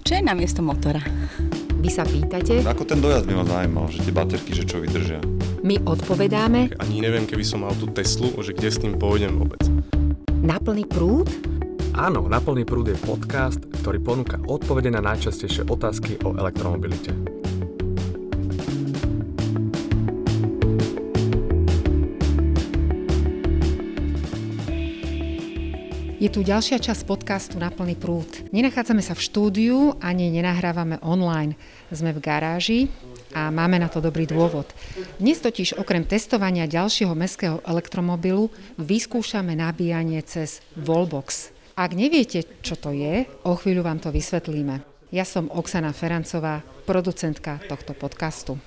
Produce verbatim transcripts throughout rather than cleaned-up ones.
Čo je namiesto motora? Vy sa pýtate? Ako ten dojazd by ma zaujímal, že tie baterky, že čo vydržia. My odpovedáme. Ani neviem, keby som mal tú Teslu, že kde s tým pôjdem vôbec. Na plný prúd? Áno, Na plný prúd je podcast, ktorý ponúka odpovede na najčastejšie otázky o elektromobilite. Je tu ďalšia časť podcastu Na plný prúd. Nenachádzame sa v štúdiu, ani nenahrávame online. Sme v garáži a máme na to dobrý dôvod. Dnes totiž okrem testovania ďalšieho mestského elektromobilu vyskúšame nabíjanie cez Wallbox. Ak neviete, čo to je, o chvíľu vám to vysvetlíme. Ja som Oksana Ferancová, producentka tohto podcastu.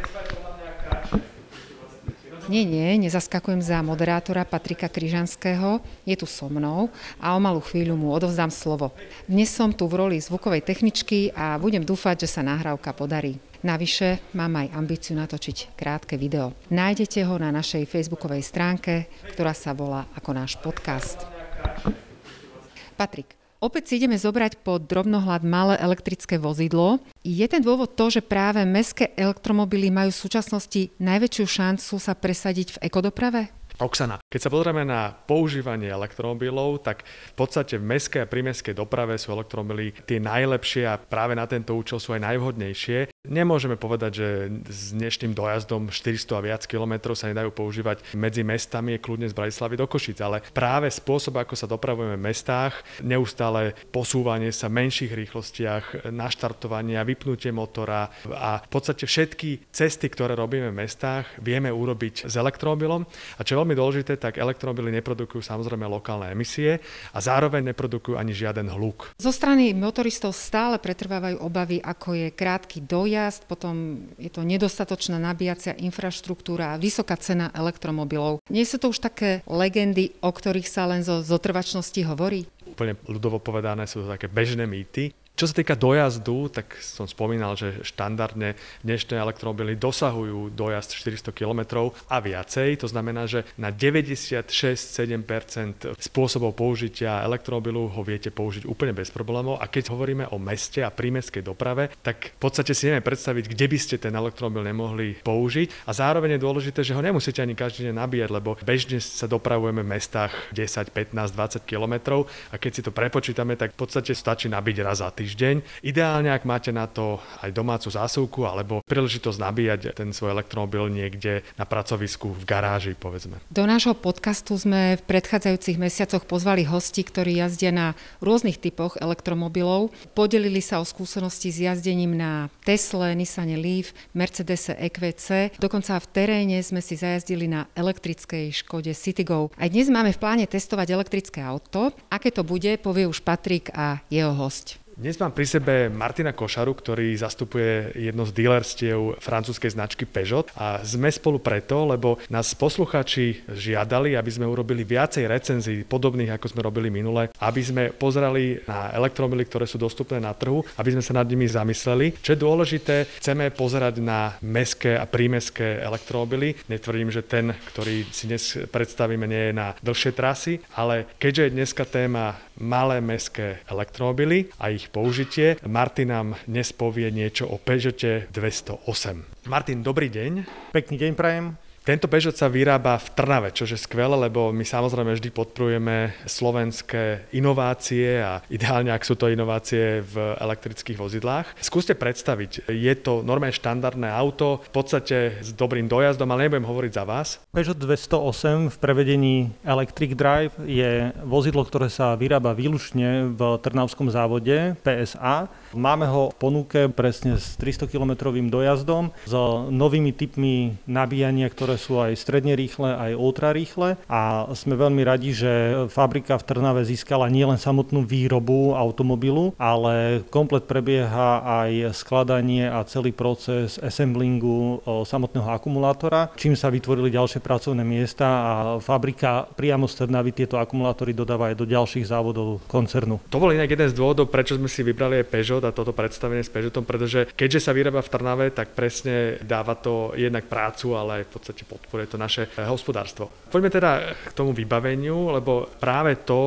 Nie, nie, nezaskakujem za moderátora Patrika Kryžanského, je tu so mnou a o malú chvíľu mu odovzdám slovo. Dnes som tu v roli zvukovej techničky a budem dúfať, že sa nahrávka podarí. Navyše mám aj ambíciu natočiť krátke video. Nájdete ho na našej facebookovej stránke, ktorá sa volá ako náš podcast. Patrik, opäť si ideme zobrať pod drobnohľad malé elektrické vozidlo. Je ten dôvod to, že práve mestské elektromobily majú v súčasnosti najväčšiu šancu sa presadiť v ekodoprave? Oksana, keď sa pozrieme na používanie elektromobilov, tak v podstate v mestskej a prímestskej doprave sú elektromobily tie najlepšie a práve na tento účel sú aj najvhodnejšie. Nemôžeme povedať, že s dnešným dojazdom štyristo a viac kilometrov sa nedajú používať medzi mestami, kľudne z Bratislavy do Košíc, ale práve spôsob, ako sa dopravujeme v mestách, neustále posúvanie sa v menších rýchlostiach, naštartovanie a vypnutie motora a v podstate všetky cesty, ktoré robíme v mestách, vieme urobiť s elektromobilom. A čo je veľmi dôležité, tak elektromobily neprodukujú samozrejme lokálne emisie a zároveň neprodukujú ani žiaden hluk. Zo strany motoristov stále pretrvávajú obavy, ako je krátky dojazd, potom je to nedostatočná nabíjacia infraštruktúra a vysoká cena elektromobilov. Nie sú to už také legendy, o ktorých sa len zo zotrvačnosti hovorí? Úplne ľudovo povedané sú to také bežné mýty. Čo sa týka dojazdu, tak som spomínal, že štandardne dnešné elektromobily dosahujú dojazd štyristo kilometrov a viacej. To znamená, že na deväťdesiatšesť až sedem percent spôsobov použitia elektromobilu ho viete použiť úplne bez problémov. A keď hovoríme o meste a prímestskej doprave, tak v podstate si nevieme predstaviť, kde by ste ten elektromobil nemohli použiť. A zároveň je dôležité, že ho nemusíte ani každý deň nabíjať, lebo bežne sa dopravujeme v mestách desať, pätnásť, dvadsať kilometrov a keď si to prepočítame, tak v podstate stačí nabiť raz za týždeň. deň. Ideálne, ak máte na to aj domácu zásuvku alebo príležitosť nabíjať ten svoj elektromobil niekde na pracovisku, v garáži, povedzme. Do nášho podcastu sme v predchádzajúcich mesiacoch pozvali hosti, ktorí jazdia na rôznych typoch elektromobilov. Podelili sa o skúsenosti s jazdením na Tesle, Nissane Leaf, Mercedese é kvé cé. Dokonca v teréne sme si zajazdili na elektrickej Škode Citigo. Aj dnes máme v pláne testovať elektrické auto. Aké to bude, povie už Patrik a jeho hosť. Dnes mám pri sebe Martina Košaru, ktorý zastupuje jedno z dílerstiev francúzskej značky Peugeot a sme spolu preto, lebo nás poslucháči žiadali, aby sme urobili viacej recenzií podobných, ako sme robili minule, aby sme pozerali na elektromobily, ktoré sú dostupné na trhu, aby sme sa nad nimi zamysleli. Čo je dôležité, chceme pozerať na mestské a prímestské elektromobily. Netvrdím, že ten, ktorý si dnes predstavíme, nie je na dlhšie trasy, ale keďže je dneska téma malé mestské elektromobily a ich použitie, Martin nám dnes povie niečo o Peugeote dvestoosem. Martin, dobrý deň. Pekný deň prajem. Tento Peugeot sa vyrába v Trnave, čo je skvelé, lebo my samozrejme vždy podporujeme slovenské inovácie a ideálne, ak sú to inovácie v elektrických vozidlách. Skúste predstaviť, je to normálne štandardné auto, v podstate s dobrým dojazdom, ale nebudem hovoriť za vás. Peugeot dvestoosem v prevedení Electric Drive je vozidlo, ktoré sa vyrába výlučne v trnavskom závode pé es á. Máme ho v ponuke presne s tristokilometrovým dojazdom, s novými typmi nabíjania, ktoré sú aj stredne rýchle, aj ultra rýchle a sme veľmi radi, že fabrika v Trnave získala nielen samotnú výrobu automobilu, ale komplet prebieha aj skladanie a celý proces assemblingu samotného akumulátora, čím sa vytvorili ďalšie pracovné miesta a fabrika priamo z Trnavy tieto akumulátory dodáva aj do ďalších závodov koncernu. To bol inak jeden z dôvodov, prečo sme si vybrali aj Peugeot a toto predstavenie s Peugeotom, pretože keďže sa vyrába v Trnave, tak presne dáva to jednak prácu, ale aj v podstate podporuje to naše hospodárstvo. Poďme teda k tomu vybaveniu, lebo práve to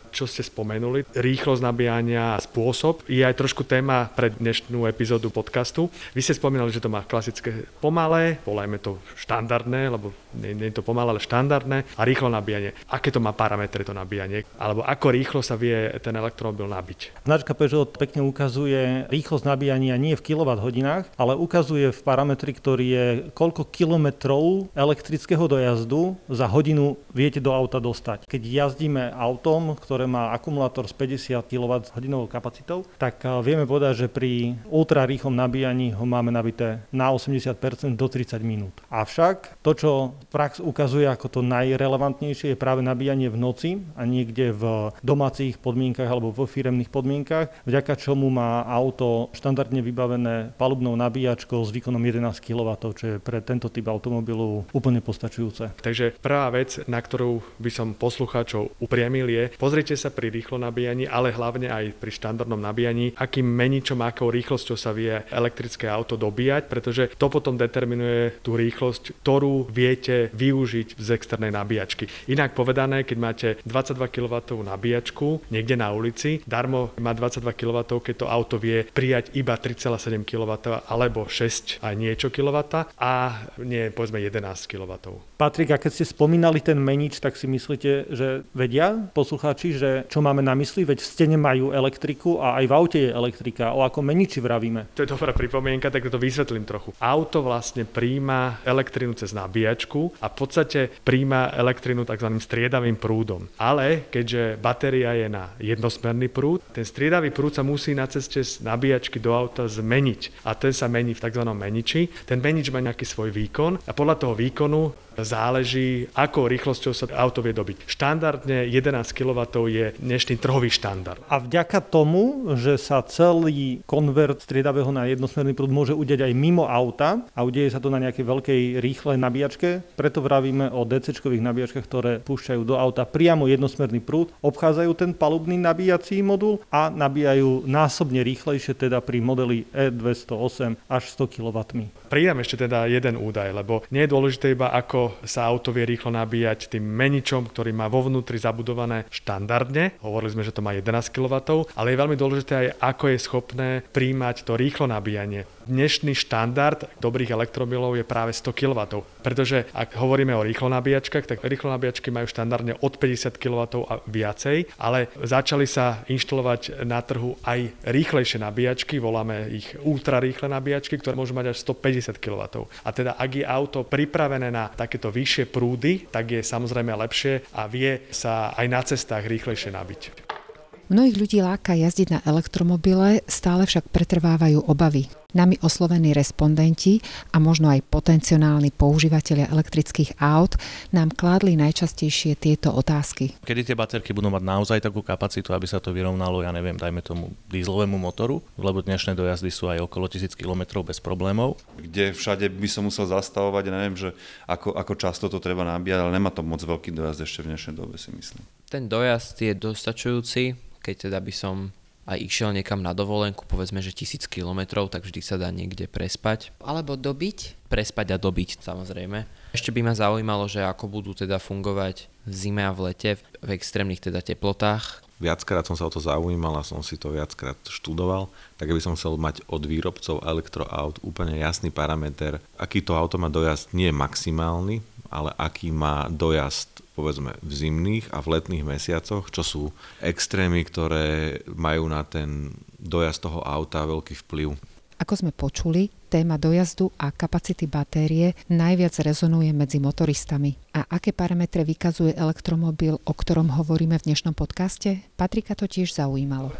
čo ste spomenuli, rýchlosť nabíjania a spôsob, je aj trošku téma pre dnešnú epizódu podcastu. Vy ste spomínali, že to má klasické pomalé, volajme to štandardné, lebo nie, nie je to pomalé, ale štandardné a rýchlo nabíjanie. Aké to má parametre to nabíjanie? Alebo ako rýchlo sa vie ten elektromobil nabiť? Značka Peugeot pekne ukazuje rýchlosť nabíjania nie v kilowatt-hodinách, ale ukazuje v parametri, ktorý je koľko kilometrov elektrického dojazdu za hodinu viete do auta dostať. Keď jazdíme autom, ktoré má akumulátor s päťdesiat kilowatthodín kapacitou, tak vieme povedať, že pri ultrarýchlom nabíjaní ho máme nabité na osemdesiat percent do tridsať minút. Avšak to, čo prax ukazuje ako to najrelevantnejšie, je práve nabíjanie v noci a niekde v domácich podmienkach alebo vo firemných podmienkach, vďaka čomu má auto štandardne vybavené palubnou nabíjačkou s výkonom jedenásť kilowattov, čo je pre tento typ automobilu úplne postačujúce. Takže prvá vec, na ktorú by som poslucháčov upriamil, je pozrite sa pri rýchlo nabíjaní, ale hlavne aj pri štandardnom nabíjaní, akým meničom, akou rýchlosťou sa vie elektrické auto dobíjať, pretože to potom determinuje tú rýchlosť, ktorú viete využiť z externej nabíjačky. Inak povedané, keď máte dvadsaťdva kilowattov nabíjačku niekde na ulici, darmo má dvadsaťdva kilowattov, keď to auto vie prijať iba tri celé sedem kilowattov alebo šesť a niečo kilowatta a nie povedzme jedenásť kilowattov. Patrik, a keď ste spomínali ten menič, tak si myslíte, že vedia poslucháči, že čo máme na mysli? Veď v stene majú elektriku a aj v aute je elektrika. O akom meniči vravíme? To je dobrá pripomienka, tak to vysvetlím trochu. Auto vlastne príjma elektrinu cez nabíjačku a v podstate príjma elektrinu tzv. Striedavým prúdom. Ale keďže batéria je na jednosmerný prúd, ten striedavý prúd sa musí na ceste z nabíjačky do auta zmeniť. A ten sa mení v tzv. Meniči. Ten menič má nejaký svoj výkon a podľa toho výkonu záleží, akou rýchlosťou sa auto vie dobiť. Štandardne jedenásť kilowattov je dnešný trhový štandard. A vďaka tomu, že sa celý konvert striedavého na jednosmerný prúd môže udiať aj mimo auta a udeje sa to na nejakej veľkej rýchlej nabíjačke, preto vravíme o DCčkových nabíjačkach, ktoré púšťajú do auta priamo jednosmerný prúd, obchádzajú ten palubný nabíjací modul a nabíjajú násobne rýchlejšie, teda pri modeli E dvestoosem až sto kilowattov. Pridám ešte teda jeden údaj, lebo nie je dôležité iba ako sa auto vie rýchlo nabíjať tým meničom, ktorý má vo vnútri zabudované štandardne. Hovorili sme, že to má jedenásť kilowattov, ale je veľmi dôležité aj, ako je schopné príjmať to rýchlo nabíjanie. Dnešný štandard dobrých elektromobilov je práve sto kilowattov, pretože ak hovoríme o rýchlo nabíjačkach, tak rýchlo nabíjačky majú štandardne od päťdesiat kilowattov a viacej, ale začali sa inštalovať na trhu aj rýchlejšie nabíjačky, voláme ich ultrarýchle nabíjačky, ktoré môžu mať až stopäťdesiat kilowattov. A teda ak je auto pripravené na takéto vyššie prúdy, tak je samozrejme lepšie a vie sa aj na cestách rýchlejšie nabiť. Mnohých ľudí láka jazdiť na elektromobile, stále však pretrvávajú obavy. Nami oslovení respondenti a možno aj potenciálni používatelia elektrických aut nám kládli najčastejšie tieto otázky. Kedy tie baterky budú mať naozaj takú kapacitu, aby sa to vyrovnalo, ja neviem, dajme tomu dízlovému motoru, lebo dnešné dojazdy sú aj okolo tisíc kilometrov bez problémov. Kde všade by som musel zastavovať, neviem, že ako, ako často to treba nabíjať, ale nemá to moc veľký dojazd ešte v dnešnej dobe, si myslím. Ten dojazd je dostačujúci, keď teda by som aj išiel niekam na dovolenku, povedzme, že tisíc kilometrov, tak vždy sa dá niekde prespať. Alebo dobiť? Prespať a dobiť, samozrejme. Ešte by ma zaujímalo, že ako budú teda fungovať v zime a v lete, v extrémnych teda teplotách. Viackrát som sa o to zaujímal a som si to viackrát študoval, tak by som chcel mať od výrobcov elektroaut úplne jasný parameter, aký to auto má dojazd, nie maximálny, ale aký má dojazd povedzme v zimných a v letných mesiacoch, čo sú extrémy, ktoré majú na ten dojazd toho auta veľký vplyv. Ako sme počuli, téma dojazdu a kapacity batérie najviac rezonuje medzi motoristami. A aké parametre vykazuje elektromobil, o ktorom hovoríme v dnešnom podcaste? Patrika to tiež zaujímalo.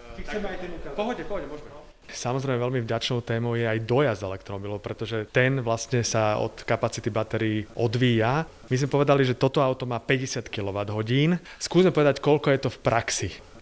Pohode, pohode, môžeme. Samozrejme veľmi vďačnou témou je aj dojazd elektromobilov, pretože ten vlastne sa od kapacity batérií odvíja. My sme povedali, že toto auto má päťdesiat kilowatthodín. Skúsme povedať, koľko je to v praxi.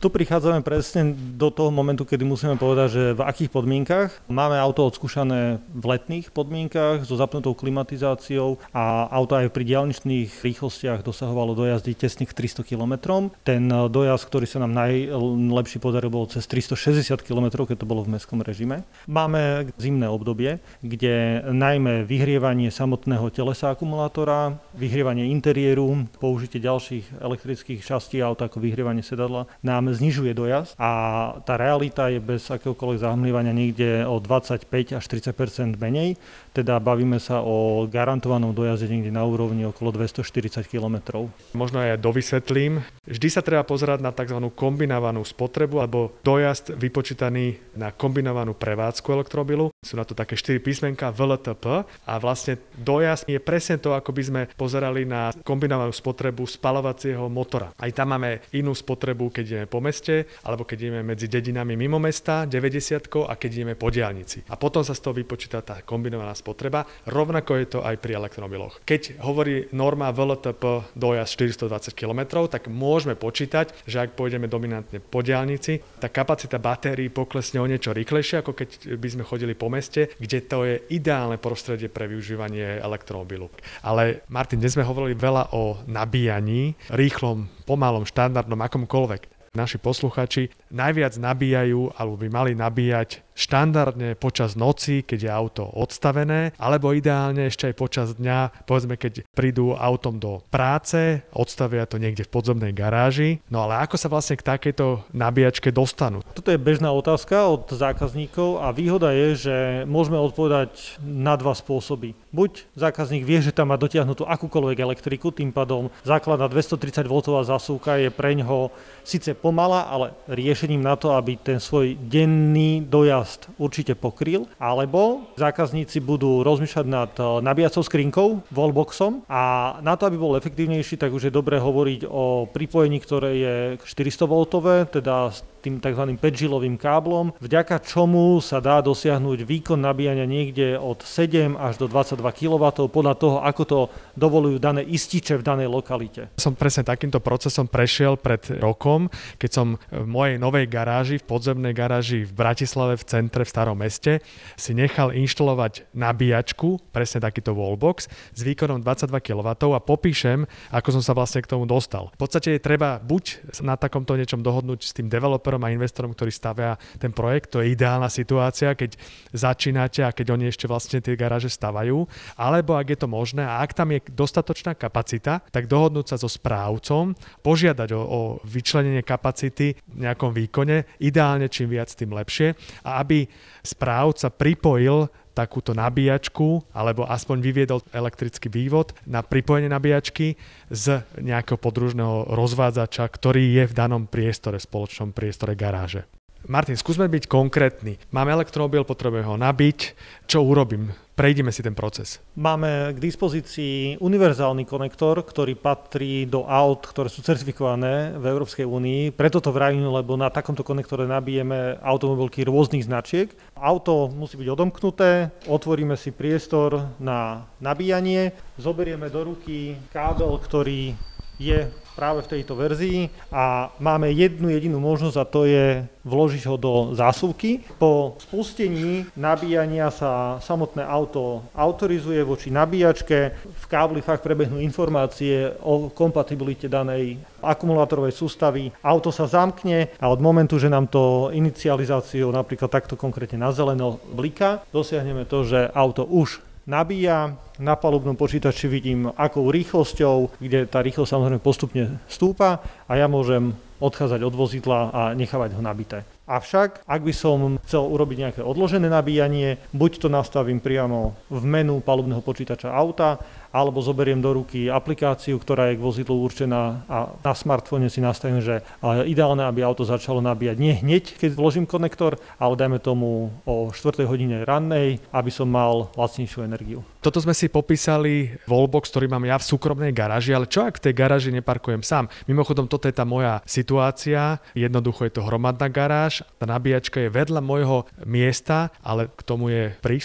Tu prichádzame presne do toho momentu, kedy musíme povedať, že v akých podmienkach. Máme auto odskúšané v letných podmienkach so zapnutou klimatizáciou a auto aj pri diaľničných rýchlostiach dosahovalo dojazdy tesne k tristo kilometrom. Ten dojazd, ktorý sa nám najlepší podaril, bol cez tristošesťdesiat kilometrov, keď to bolo v mestskom režime. Máme zimné obdobie, kde najmä vyhrievanie samotného telesa akumulátora, vyhrievanie interiéru, použitie ďalších elektrických častí auta ako vyhrievanie sedadla nám znižuje dojazd a tá realita je bez akéhokoľvek zahmlievania niekde o dvadsaťpäť až tridsať percent menej, teda bavíme sa o garantovanom dojazde niekde na úrovni okolo dvestoštyridsať kilometrov. Možno aj dovysvetlím. Vždy sa treba pozerať na tzv. Kombinovanú spotrebu alebo dojazd vypočítaný na kombinovanú prevádzku elektromobilu. Sú na to také štyri písmenka vé el té pé a vlastne dojazd je presne to, ako by sme pozerali na kombinovanú spotrebu spaľovacieho motora. Aj tam máme inú spotrebu, keď ideme po meste, alebo keď ideme medzi dedinami mimo mesta, deväťdesiatkou, a keď ideme po diaľnici. A potom sa z toho vypočíta tá kombinovaná spotreba. Rovnako je to aj pri elektromobiloch. Keď hovorí norma vé el té pé dojazd štyristodvadsať kilometrov, tak môžeme počítať, že ak pôjdeme dominantne po diaľnici, tá kapacita batérií poklesne o niečo rýchlejšie, ako keď by sme chodili po meste, kde to je ideálne prostredie pre využívanie elektromobilu. Ale Martin, dnes sme hovorili veľa o nabíjaní, rýchlom, pomalom, štandardnom, akomkoľvek. Naši posluchači najviac nabíjajú alebo by mali nabíjať štandardne počas noci, keď je auto odstavené, alebo ideálne ešte aj počas dňa, povedzme, keď prídu autom do práce, odstavia to niekde v podzemnej garáži. No ale ako sa vlastne k takejto nabíjačke dostanú? Toto je bežná otázka od zákazníkov a výhoda je, že môžeme odpovedať na dva spôsoby. Buď zákazník vie, že tam má dotiahnutú akúkoľvek elektriku, tým pádom základná dvestotridsať voltová zásuvka je preňho síce pomalá, ale riešením na to, aby ten svoj denný dojazd určite pokryl, alebo zákazníci budú rozmýšľať nad nabíjacou skrinkou, wallboxom a na to, aby bol efektívnejší, tak už je dobré hovoriť o pripojení, ktoré je štyristo voltové, teda s tým tzv. päťžilovým káblom, vďaka čomu sa dá dosiahnuť výkon nabíjania niekde od sedem až do dvadsaťdva kilowattov podľa toho, ako to dovolujú dané ističe v danej lokalite. Som presne takýmto procesom prešiel pred rokom, keď som v mojej novej garáži, v podzemnej garáži v Bratislave v centre v Starom meste si nechal inštalovať nabíjačku, presne takýto wallbox s výkonom dvadsaťdva kilowattov a popíšem, ako som sa vlastne k tomu dostal. V podstate je treba buď na takomto niečom dohodnúť s tým developerom a investorom, ktorý stavia ten projekt, to je ideálna situácia, keď začínate a keď oni ešte vlastne tie garáže stavajú, alebo ak je to možné a ak tam je dostatočná kapacita, tak dohodnúť sa so správcom, požiadať o, o vyčlenenie kapacity v nejakom výkone, ideálne čím viac, tým lepšie, a aby správca pripojil takúto nabíjačku alebo aspoň vyviedol elektrický vývod na pripojenie nabíjačky z nejakého podružného rozvádzača, ktorý je v danom priestore, spoločnom priestore garáže. Martin, skúsme byť konkrétny. Mám elektromobil, potrebujem ho nabiť. Čo urobím? Prejdime si ten proces. Máme k dispozícii univerzálny konektor, ktorý patrí do aut, ktoré sú certifikované v Európskej únii. Preto to vravím, lebo na takomto konektore nabijeme automobilky rôznych značiek. Auto musí byť odomknuté, otvoríme si priestor na nabíjanie, zoberieme do ruky kábel, ktorý je práve v tejto verzii a máme jednu jedinú možnosť a to je vložiť ho do zásuvky. Po spustení nabíjania sa samotné auto autorizuje voči nabíjačke. V kábli fakt prebehnú informácie o kompatibilite danej akumulátorovej sústavy. Auto sa zamkne a od momentu, že nám to inicializáciou napríklad takto konkrétne na zeleno bliká, dosiahneme to, že auto už nabíja. Na palubnom počítači vidím, akou rýchlosťou, kde tá rýchlosť samozrejme postupne stúpa a ja môžem odchádzať od vozidla a nechávať ho nabité. Avšak, ak by som chcel urobiť nejaké odložené nabíjanie, buď to nastavím priamo v menu palubného počítača auta, alebo zoberiem do ruky aplikáciu, ktorá je k vozidlu určená a na smartfóne si nastavím, že ideálne, aby auto začalo nabíjať nie hneď, keď vložím konektor, ale dajme tomu o štvrtej hodine rannej, aby som mal lacnejšiu energiu. Toto sme si popísali wallbox, ktorý mám ja v súkromnej garáži, ale čo ak v tej garáži neparkujem sám? Mimochodom, toto je tá moja situácia, jednoducho je to hromadná garáž, tá nabíjačka je vedľa môjho miesta, ale k tomu je prístup.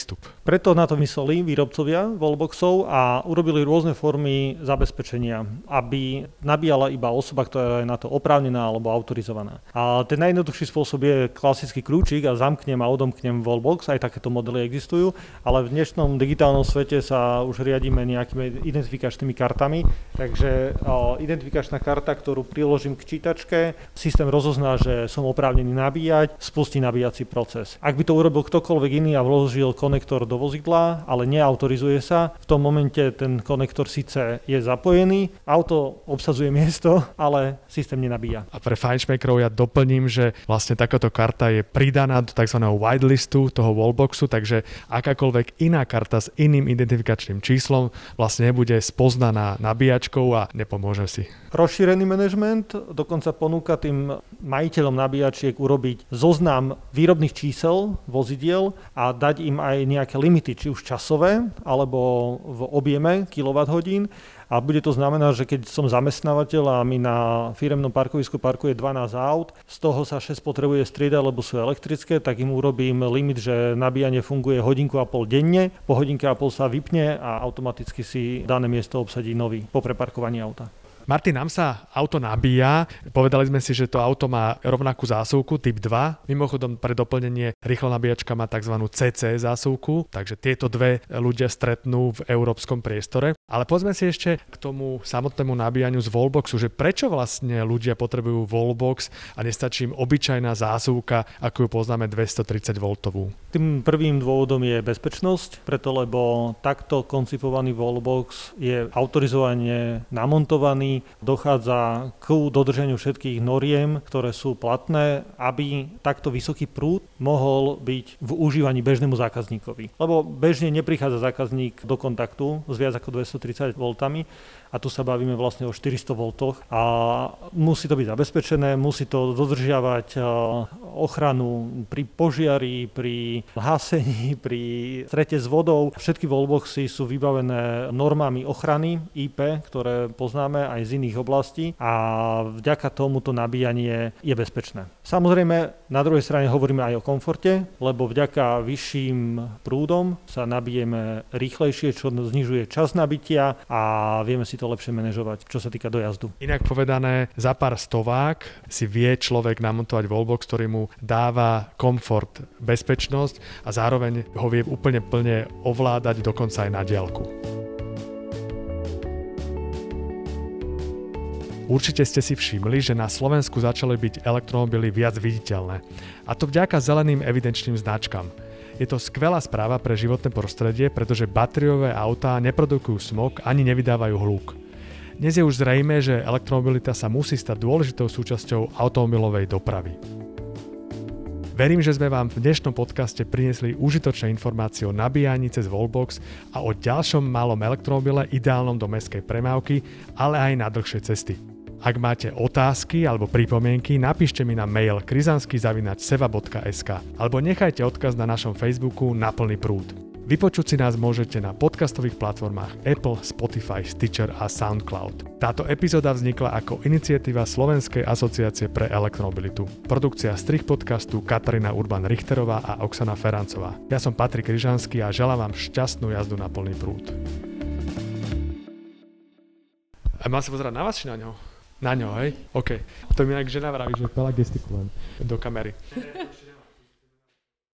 Preto na to mysleli výrobcovia wallboxov a urobili rôzne formy zabezpečenia, aby nabíjala iba osoba, ktorá je na to oprávnená alebo autorizovaná. A ten najjednoduchší spôsob je klasický kľúčik a zamknem a odomknem wallbox, aj takéto modely existujú, ale v dnešnom digitálnom svete sa už riadíme nejakými identifikačnými kartami, takže identifikačná karta, ktorú priložím k čítačke, systém rozozná, že som oprávnený nabíjať, spustí nabíjací proces. Ak by to urobil ktokoľvek iný a vložil konektor do vozidla, ale neautorizuje sa, v tom momente ten konektor síce je zapojený, auto obsadzuje miesto, ale systém nenabíja. A pre fajnšmekrov ja doplním, že vlastne takáto karta je pridaná do tzv. Whitelistu toho wallboxu, takže akákoľvek iná karta s iným identifikačným číslom vlastne nebude spoznaná nabíjačkou a nepomôže si. Rozšírený manažment dokonca ponúka tým majiteľom nabíjačiek urobiť zoznam výrobných čísel vozidiel a dať im aj nejaké limity, či už časové, alebo v objeme kilowatthodín. A bude to znamenať, že keď som zamestnávateľ a mi na firemnom parkovisku parkuje dvanásť aut, z toho sa šesť potrebuje striedať, lebo sú elektrické, tak im urobím limit, že nabíjanie funguje hodinku a pol denne, po hodinke a pol sa vypne a automaticky si dané miesto obsadí nový po preparkovaní auta. Martin, nám sa auto nabíja. Povedali sme si, že to auto má rovnakú zásuvku typ dva. Mimochodom pre doplnenie rýchla nabíjačka má tzv. cé cé zásuvku, takže tieto dve ľudia stretnú v európskom priestore. Ale poďme si ešte k tomu samotnému nabíjaniu z wallboxu, že prečo vlastne ľudia potrebujú wallbox a nestačí im obyčajná zásuvka, ako ju poznáme dvestotridsať voltovú. Tým prvým dôvodom je bezpečnosť, preto lebo takto koncipovaný wallbox je autorizovane namontovaný, dochádza k dodržaniu všetkých noriem, ktoré sú platné, aby takto vysoký prúd mohol byť v užívaní bežnému zákazníkovi. Lebo bežne neprichádza zákazník do kontaktu s viac ako dvestotridsať voltami a tu sa bavíme vlastne o štyristo voltoch a musí to byť zabezpečené, musí to dodržiavať ochranu pri požiari, pri hasení, pri strete s vodou. Všetky wallboxy sú vybavené normami ochrany í pé, ktoré poznáme aj z iných oblastí a vďaka tomuto nabíjanie je bezpečné. Samozrejme, na druhej strane hovoríme aj o komforte, lebo vďaka vyšším prúdom sa nabijeme rýchlejšie, čo znižuje čas nabitia a vieme si to lepšie manažovať, čo sa týka dojazdu. Inak povedané, za pár stovák si vie človek namontovať wallbox, ktorý mu dáva komfort, bezpečnosť a zároveň ho vie úplne plne ovládať dokonca aj na diaľku. Určite ste si všimli, že na Slovensku začali byť elektromobily viac viditeľné. A to vďaka zeleným evidenčným značkám. Je to skvelá správa pre životné prostredie, pretože batériové autá neprodukujú smog ani nevydávajú hluk. Dnes je už zrejmé, že elektromobilita sa musí stať dôležitou súčasťou automobilovej dopravy. Verím, že sme vám v dnešnom podcaste priniesli užitočné informácie o nabíjaní cez wallbox a o ďalšom malom elektromobile ideálnom do mestskej premávky, ale aj na dlhšie cesty. Ak máte otázky alebo pripomienky, napíšte mi na mail krizansky zavináč seva bodka es ká alebo nechajte odkaz na našom Facebooku Na plný prúd. Vypočuť si nás môžete na podcastových platformách Apple, Spotify, Stitcher a SoundCloud. Táto epizóda vznikla ako iniciatíva Slovenskej asociácie pre elektromobilitu. Produkcia strih podcastu Katarína Urban-Richterová a Oksana Ferancová. Ja som Patrik Ryžanský a želám vám šťastnú jazdu na plný prúd. A mám sa pozerať na vás či na ňo? Na ňo, hej? OK. To mi inak žena vraví, že veľa gestikulujem do kamery.